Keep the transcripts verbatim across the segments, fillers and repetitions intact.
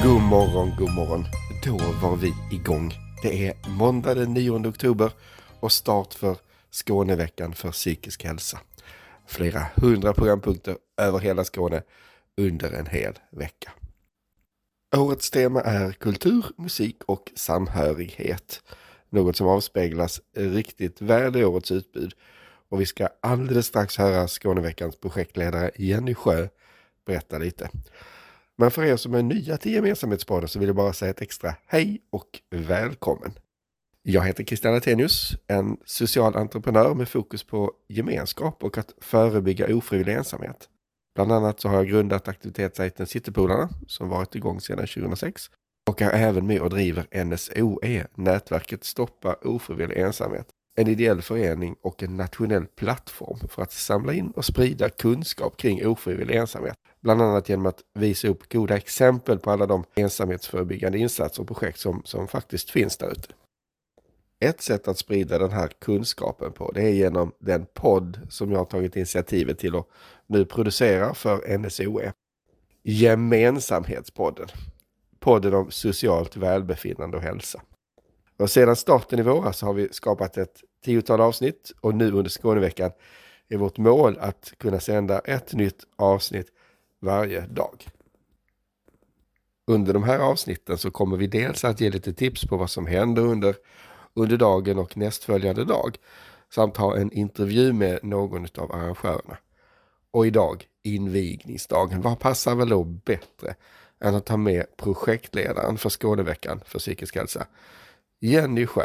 God morgon, god morgon. Då var vi igång. Det är måndag den nionde oktober och start för Skåneveckan för psykisk hälsa. Flera hundra programpunkter över hela Skåne under en hel vecka. Årets tema är kultur, musik och samhörighet. Något som avspeglas riktigt väl i årets utbud. Och vi ska alldeles strax höra Skåneveckans projektledare Jenny Sjö berätta lite. Men för er som är nya till Gemensamhetspodden så vill jag bara säga ett extra hej och välkommen. Jag heter Christian Atenius, en social entreprenör med fokus på gemenskap och att förebygga ofrivillig ensamhet. Bland annat så har jag grundat aktivitetssajten Citypolarna som varit igång sedan tjugohundrasex och är även med och driver N S O E, nätverket Stoppa ofrivillig ensamhet. En ideell förening och en nationell plattform för att samla in och sprida kunskap kring ofrivillig ensamhet. Bland annat genom att visa upp goda exempel på alla de ensamhetsförebyggande insatser och projekt som, som faktiskt finns där ute. Ett sätt att sprida den här kunskapen på det är genom den podd som jag har tagit initiativet till och nu producerar för N S O E. Gemensamhetspodden. Podden om socialt välbefinnande och hälsa. Och sedan starten i våras så har vi skapat ett tiotal avsnitt och nu under Skåneveckan är vårt mål att kunna sända ett nytt avsnitt varje dag. Under de här avsnitten så kommer vi dels att ge lite tips på vad som händer under, under dagen och nästföljande dag samt ha en intervju med någon av arrangörerna. Och idag, invigningsdagen, vad passar väl då bättre än att ta med projektledaren för Skåneveckan för psykisk hälsa, Jenny Sjö.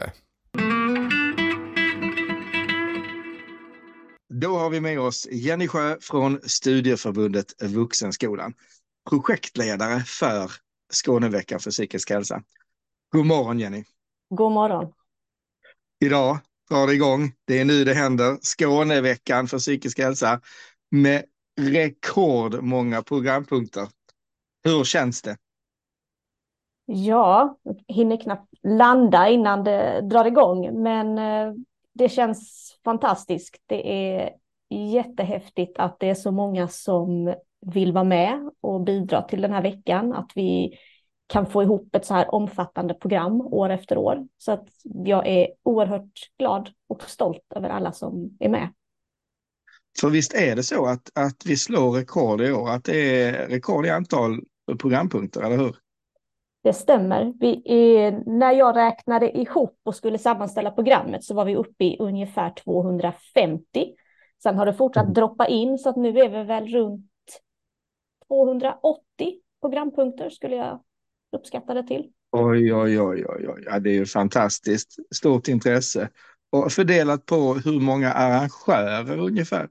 Då har vi med oss Jenny Sjö från Studieförbundet Vuxenskolan. Projektledare för Skåneveckan för psykisk hälsa. God morgon Jenny. God morgon. Idag drar det igång. Det är nu det händer. Skåneveckan för psykisk hälsa med rekordmånga programpunkter. Hur känns det? Ja, jag hinner knappt landa innan det drar igång, men eh, det känns fantastiskt. Det är jättehäftigt att det är så många som vill vara med och bidra till den här veckan. Att vi kan få ihop ett så här omfattande program år efter år. Så att jag är oerhört glad och stolt över alla som är med. För visst är det så att, att vi slår rekord i år, att det är rekord i antal programpunkter, eller hur? Det stämmer. Vi är, när jag räknade ihop och skulle sammanställa programmet så var vi uppe i ungefär tvåhundrafemtio. Sen har det fortsatt mm. droppa in så att nu är vi väl runt tvåhundraåttio programpunkter skulle jag uppskatta det till. Oj, oj, oj, oj, oj. Ja, det är ju fantastiskt. Stort intresse. Och fördelat på hur många arrangörer ungefär?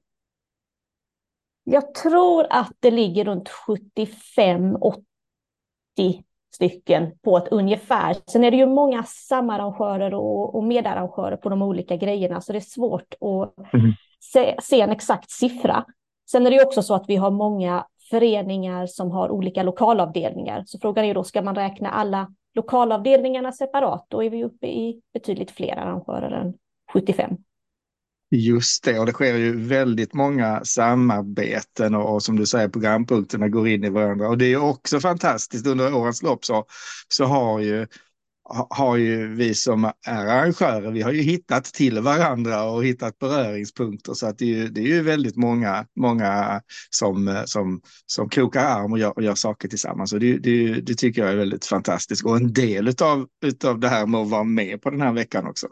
Jag tror att det ligger runt sjuttiofem åttio stycken på ett ungefär. Sen är det ju många samarrangörer och, och medarrangörer på de olika grejerna så det är svårt att mm. se, se en exakt siffra. Sen är det ju också så att vi har många föreningar som har olika lokalavdelningar. Så frågan är ju då, ska man räkna alla lokalavdelningarna separat? Då är vi uppe i betydligt fler arrangörer än sjuttiofem. Just det, och det sker ju väldigt många samarbeten och, och som du säger programpunkterna går in i varandra och det är ju också fantastiskt under årens lopp så, så har ju har ju vi som är arrangörer, vi har ju hittat till varandra och hittat beröringspunkter så att det är ju, det är ju väldigt många, många som, som, som krokar arm och gör, och gör saker tillsammans och det, det, det tycker jag är väldigt fantastiskt och en del utav, utav det här med att vara med på den här veckan också.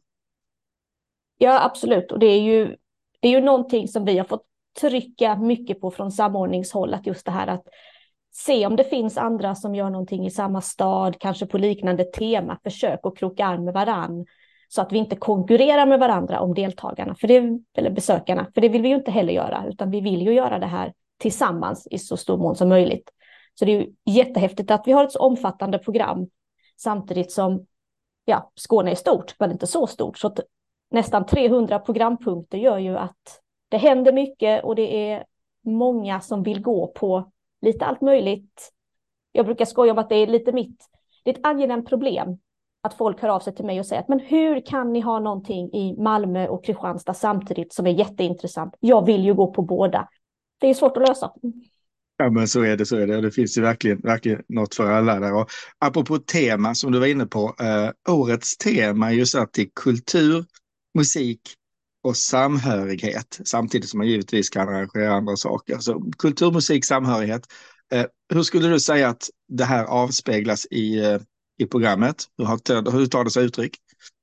Ja, absolut. Och det är ju, det är ju någonting som vi har fått trycka mycket på från samordningshåll. Att just det här att se om det finns andra som gör någonting i samma stad, kanske på liknande tema. Försök att kroka arm med varann. Så att vi inte konkurrerar med varandra om deltagarna, för det, eller besökarna. För det vill vi ju inte heller göra, utan vi vill ju göra det här tillsammans i så stor mån som möjligt. Så det är ju jättehäftigt att vi har ett så omfattande program. Samtidigt som ja, Skåne är stort, men inte så stort. Så att nästan trehundra programpunkter gör ju att det händer mycket och det är många som vill gå på lite allt möjligt. Jag brukar skoja om att det är lite mitt, det är ett angenämt problem att folk hör av sig till mig och säger att men hur kan ni ha någonting i Malmö och Kristianstad samtidigt som är jätteintressant? Jag vill ju gå på båda. Det är svårt att lösa. Ja, men så är det, så är det. Och det finns ju verkligen, verkligen något för alla där. Och apropå tema som du var inne på, eh, årets tema är ju satt till kultur, musik och samhörighet, samtidigt som man givetvis kan arrangera andra saker. Så kultur, musik, samhörighet. Eh, hur skulle du säga att det här avspeglas i, eh, i programmet? Hur, har, hur tar det sig uttryck?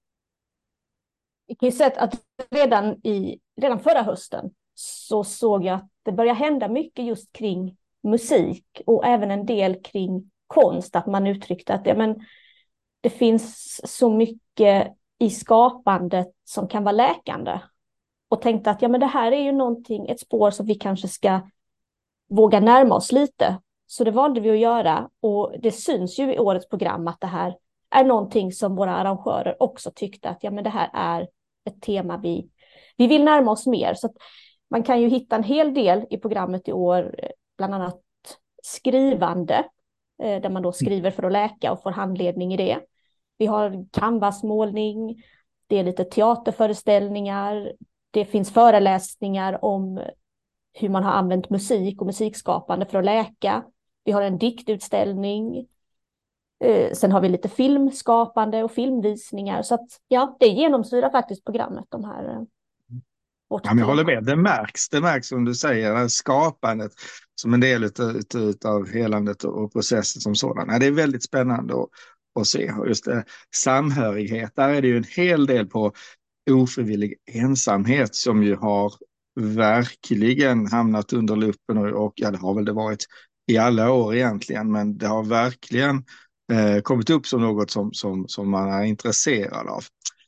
Vi kan ju säga att redan, i, redan förra hösten så såg jag att det börjar hända mycket just kring musik och även en del kring konst. Att man uttryckte att ja, men det finns så mycket i skapandet som kan vara läkande. Och tänkte att ja, men det här är ju någonting, ett spår som vi kanske ska våga närma oss lite. Så det valde vi att göra, och det syns ju i årets program att det här är någonting som våra arrangörer också tyckte att ja, men det här är ett tema vi, vi vill närma oss mer. Så att man kan ju hitta en hel del i programmet i år, bland annat skrivande, där man då skriver för att läka och får handledning i det. Vi har canvasmålning, det är lite teaterföreställningar, det finns föreläsningar om hur man har använt musik och musikskapande för att läka. Vi har en diktutställning. Sen har vi lite filmskapande och filmvisningar. Så att ja, det genomsyrar faktiskt programmet, de här. Ja, men jag håller med, det märks, det märks som du säger, det här skapandet som en del utav, utav helandet och processen som sådan. Ja, det är väldigt spännande att, att se. Och just det, samhörighet, där är det ju en hel del på ofrivillig ensamhet som ju har verkligen hamnat under luppen, och, och ja, det har väl det varit i alla år egentligen, men det har verkligen eh, kommit upp som något som, som, som man är intresserad av.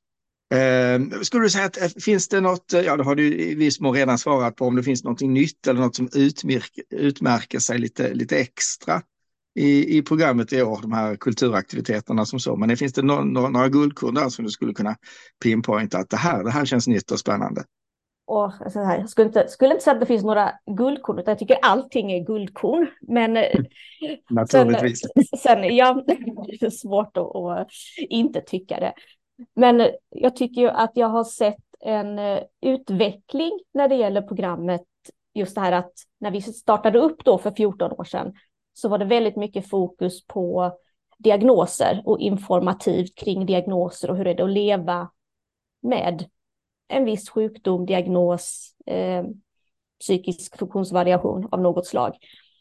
Eh, skulle du säga att eh, finns det något, ja det har du i viss mån redan svarat på, om det finns något nytt eller något som utmärker, utmärker sig lite, lite extra i, i programmet i år, de här kulturaktiviteterna som så, men det finns det no, no, några guldkorn där som du skulle kunna pinpointa att det här, det här känns nytt och spännande? Och så här, jag skulle inte, skulle inte säga att det finns några guldkorn, utan jag tycker allting är guldkorn. Men naturligtvis. Sen, sen ja, det är svårt att, att inte tycka det. Men jag tycker ju att jag har sett en utveckling när det gäller programmet. Just det här att när vi startade upp då för fjorton år sedan så var det väldigt mycket fokus på diagnoser och informativt kring diagnoser och hur är det att leva med en viss sjukdom, diagnos, eh, psykisk funktionsvariation av något slag.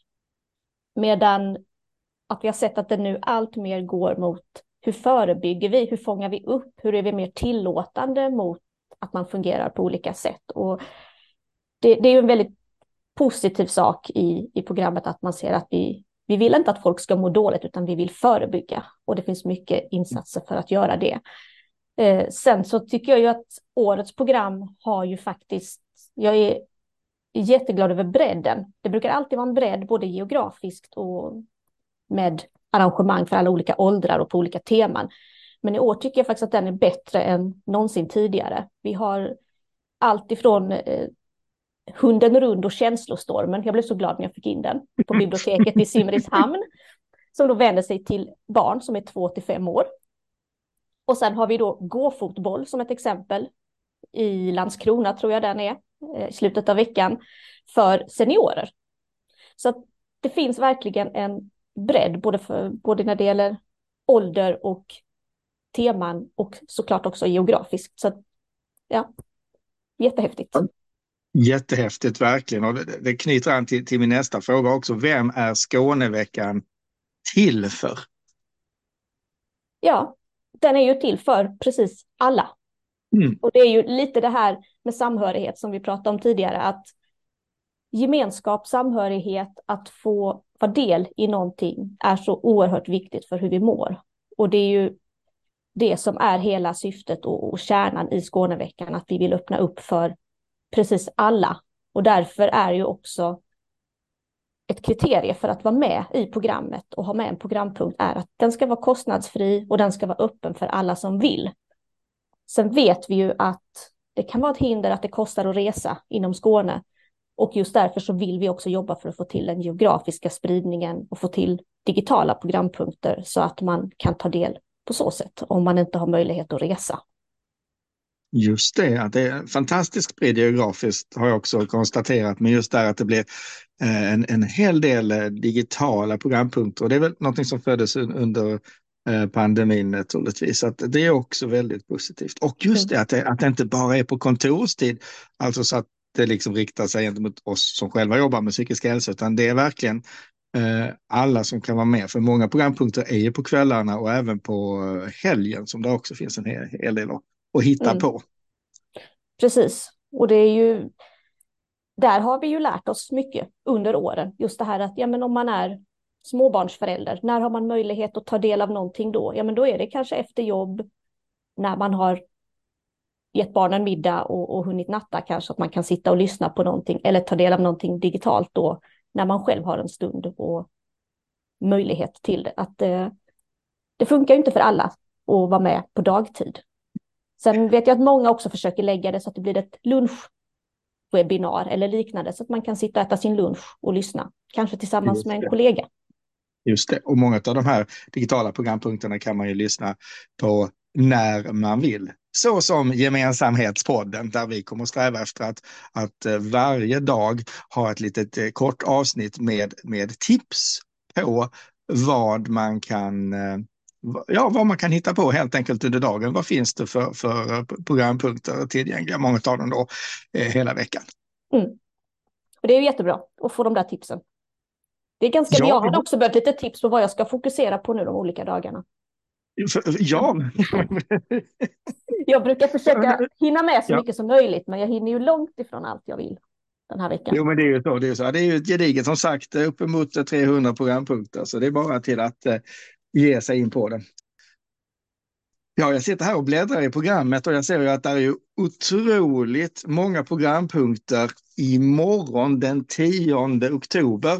Medan att vi har sett att det nu allt mer går mot hur förebygger vi, hur fångar vi upp, hur är vi mer tillåtande mot att man fungerar på olika sätt. Och det, det är ju en väldigt positiv sak i, i programmet att man ser att vi, vi vill inte att folk ska må dåligt, utan vi vill förebygga. Och det finns mycket insatser för att göra det. Eh, sen så tycker jag ju att årets program har ju faktiskt, jag är jätteglad över bredden. Det brukar alltid vara en bredd både geografiskt och med arrangemang för alla olika åldrar och på olika teman. Men i år tycker jag faktiskt att den är bättre än någonsin tidigare. Vi har allt ifrån eh, Hunden rund och känslostormen. Jag blev så glad när jag fick in den på biblioteket i Simrishamn, som då vänder sig till barn som är två till fem år. Och sen har vi då gåfotboll som ett exempel i Landskrona, tror jag den är, i slutet av veckan, för seniorer. Så att det finns verkligen en bredd både, för, både när det gäller ålder och teman och såklart också geografiskt. Så att, ja, jättehäftigt. Jättehäftigt, verkligen. Och det, det knyter an till, till min nästa fråga också. Vem är Skåneveckan till för? Ja, den är ju till för precis alla. Mm. Och det är ju lite det här med samhörighet som vi pratade om tidigare, att gemenskap, samhörighet, att få vara del i någonting är så oerhört viktigt för hur vi mår. Och det är ju det som är hela syftet och, och kärnan i Skåneveckan, att vi vill öppna upp för precis alla. Och därför är ju också ett kriterie för att vara med i programmet och ha med en programpunkt är att den ska vara kostnadsfri och den ska vara öppen för alla som vill. Sen vet vi ju att det kan vara ett hinder att det kostar att resa inom Skåne. Och just därför så vill vi också jobba för att få till den geografiska spridningen och få till digitala programpunkter så att man kan ta del på så sätt om man inte har möjlighet att resa. Just det, att det är fantastiskt bredd geografiskt har jag också konstaterat, men just där att det blir eh, en, en hel del eh, digitala programpunkter, och det är väl någonting som föddes un- under eh, pandemin naturligtvis, så att det är också väldigt positivt. Och just det att, det att det inte bara är på kontorstid, alltså så att det liksom riktar sig gentemot oss som själva jobbar med psykisk hälsa, utan det är verkligen eh, alla som kan vara med, för många programpunkter är ju på kvällarna och även på eh, helgen som det också finns en hel, hel del att att hitta Mm. på. Precis, och det är ju, där har vi ju lärt oss mycket under åren. Just det här att ja, men om man är småbarnsförälder, när har man möjlighet att ta del av någonting då? Ja, men då är det kanske efter jobb, när man har gett barnen middag och, och hunnit natta kanske, att man kan sitta och lyssna på någonting eller ta del av någonting digitalt då, när man själv har en stund och möjlighet till det. Att eh, det funkar ju inte för alla att vara med på dagtid. Sen vet jag att många också försöker lägga det så att det blir ett lunchwebinar eller liknande, så att man kan sitta och äta sin lunch och lyssna, kanske tillsammans med en kollega. Just det, och många av de här digitala programpunkterna kan man ju lyssna på när man vill. Så som Gemensamhetspodden, där vi kommer att sträva efter att, att varje dag ha ett litet kort avsnitt med, med tips på vad man kan ja, vad man kan hitta på helt enkelt under dagen. Vad finns det för, för programpunkter tillgängliga? Många av dem då eh, hela veckan. Mm. Och det är ju jättebra att få de där tipsen. Det är ganska, ja, jag hade också börjat lite tips på vad jag ska fokusera på nu de olika dagarna. Ja. Jag brukar försöka hinna med så ja. mycket som möjligt, men jag hinner ju långt ifrån allt jag vill den här veckan. Jo, men det är ju så. Det är ju, så. Det är ju ett gediget, som sagt, uppemot trehundra programpunkter. Så det är bara till att eh, ge sig in på det. Ja, jag sitter här och bläddrar i programmet och jag ser ju att det är ju otroligt många programpunkter imorgon den tionde oktober.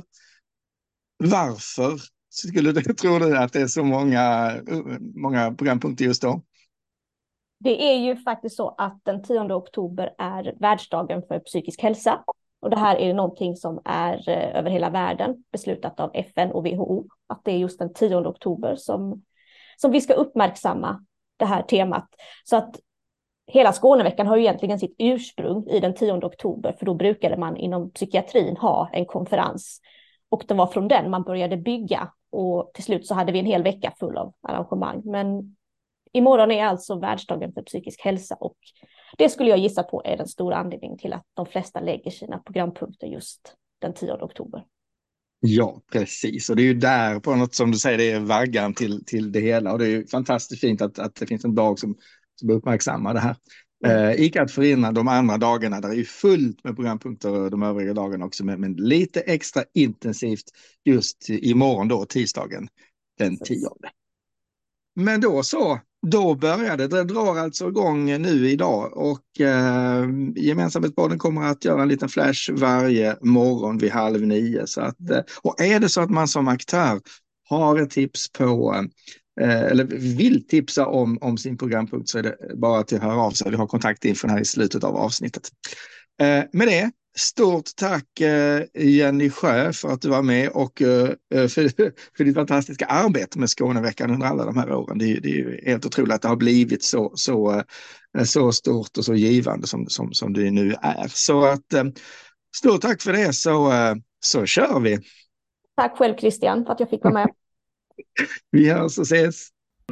Varför skulle du tro du att det är så många, många programpunkter just då? Det är ju faktiskt så att den tionde oktober är världsdagen för psykisk hälsa. Och det här är någonting som är över hela världen beslutat av F N och W H O. Att det är just den tionde oktober som, som vi ska uppmärksamma det här temat. Så att hela Skåneveckan har ju egentligen sitt ursprung i den tionde oktober. För då brukade man inom psykiatrin ha en konferens. Och det var från den man började bygga. Och till slut så hade vi en hel vecka full av arrangemang. Men imorgon är alltså världsdagen för psykisk hälsa. Och det skulle jag gissa på är den stora anledningen till att de flesta lägger sina programpunkter just den tionde oktober. Ja, precis. Och det är ju där på något som du säger, det är vaggan till, till det hela. Och det är ju fantastiskt fint att, att det finns en dag som, som uppmärksammar det här. Mm. Eh, icke att förhindra de andra dagarna, där är ju fullt med programpunkter de övriga dagarna också. Men, men lite extra intensivt just imorgon då, tisdagen den tionde. Men då så, då började det. Det drar alltså igång nu idag och eh, Gemensamhetspodden kommer att göra en liten flash varje morgon vid halv nio. Så att, eh, och är det så att man som aktör har ett tips på, eh, eller vill tipsa om, om sin programpunkt, så är det bara till att höra av sig. Vi har kontaktinfon här i slutet av avsnittet. Eh, med det, stort tack eh, Jenny Sjö för att du var med och eh, för, för ditt fantastiska arbete med Skåneveckan under alla de här åren. Det är, det är ju helt otroligt att det har blivit så, så, eh, så stort och så givande som, som, som det nu är. Så att, eh, stort tack för det, så, eh, så kör vi. Tack själv Christian för att jag fick vara med. Vi hörs och ses.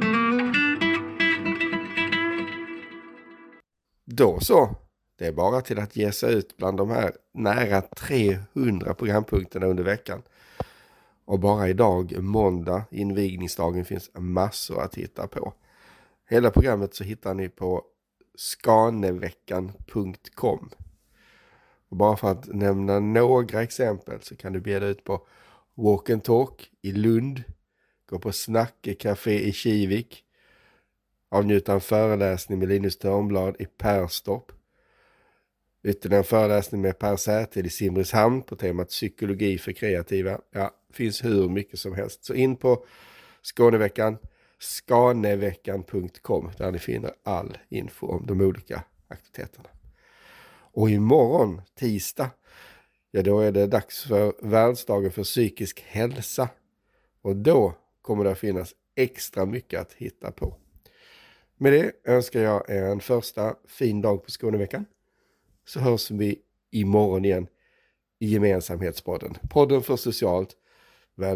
Då så. Det är bara till att ge sig ut bland de här nära trehundra programpunkterna under veckan. Och bara idag, måndag, invigningsdagen, finns massor att hitta på. Hela programmet så hittar ni på skaneveckan punkt com. Och bara för att nämna några exempel så kan du bjuda ut på Walk and Talk i Lund. Gå på Snackecafé i Kivik. Avnjuta en föreläsning med Linus Törnblad i Perstorp. Ytterligare en föreläsning med Per Säthed i Simrishamn på temat psykologi för kreativa. Ja, finns hur mycket som helst. Så in på Skåneveckan, skaneveckan punkt com, där ni finner all info om de olika aktiviteterna. Och imorgon, tisdag, ja då är det dags för världsdagen för psykisk hälsa. Och då kommer det att finnas extra mycket att hitta på. Med det önskar jag en första fin dag på Skåneveckan. Så hörs vi imorgon igen i Gemensamhetspodden. Podden för socialt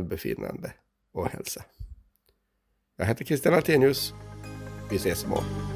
välbefinnande och hälsa. Jag heter Christian Altenius. Vi ses imorgon.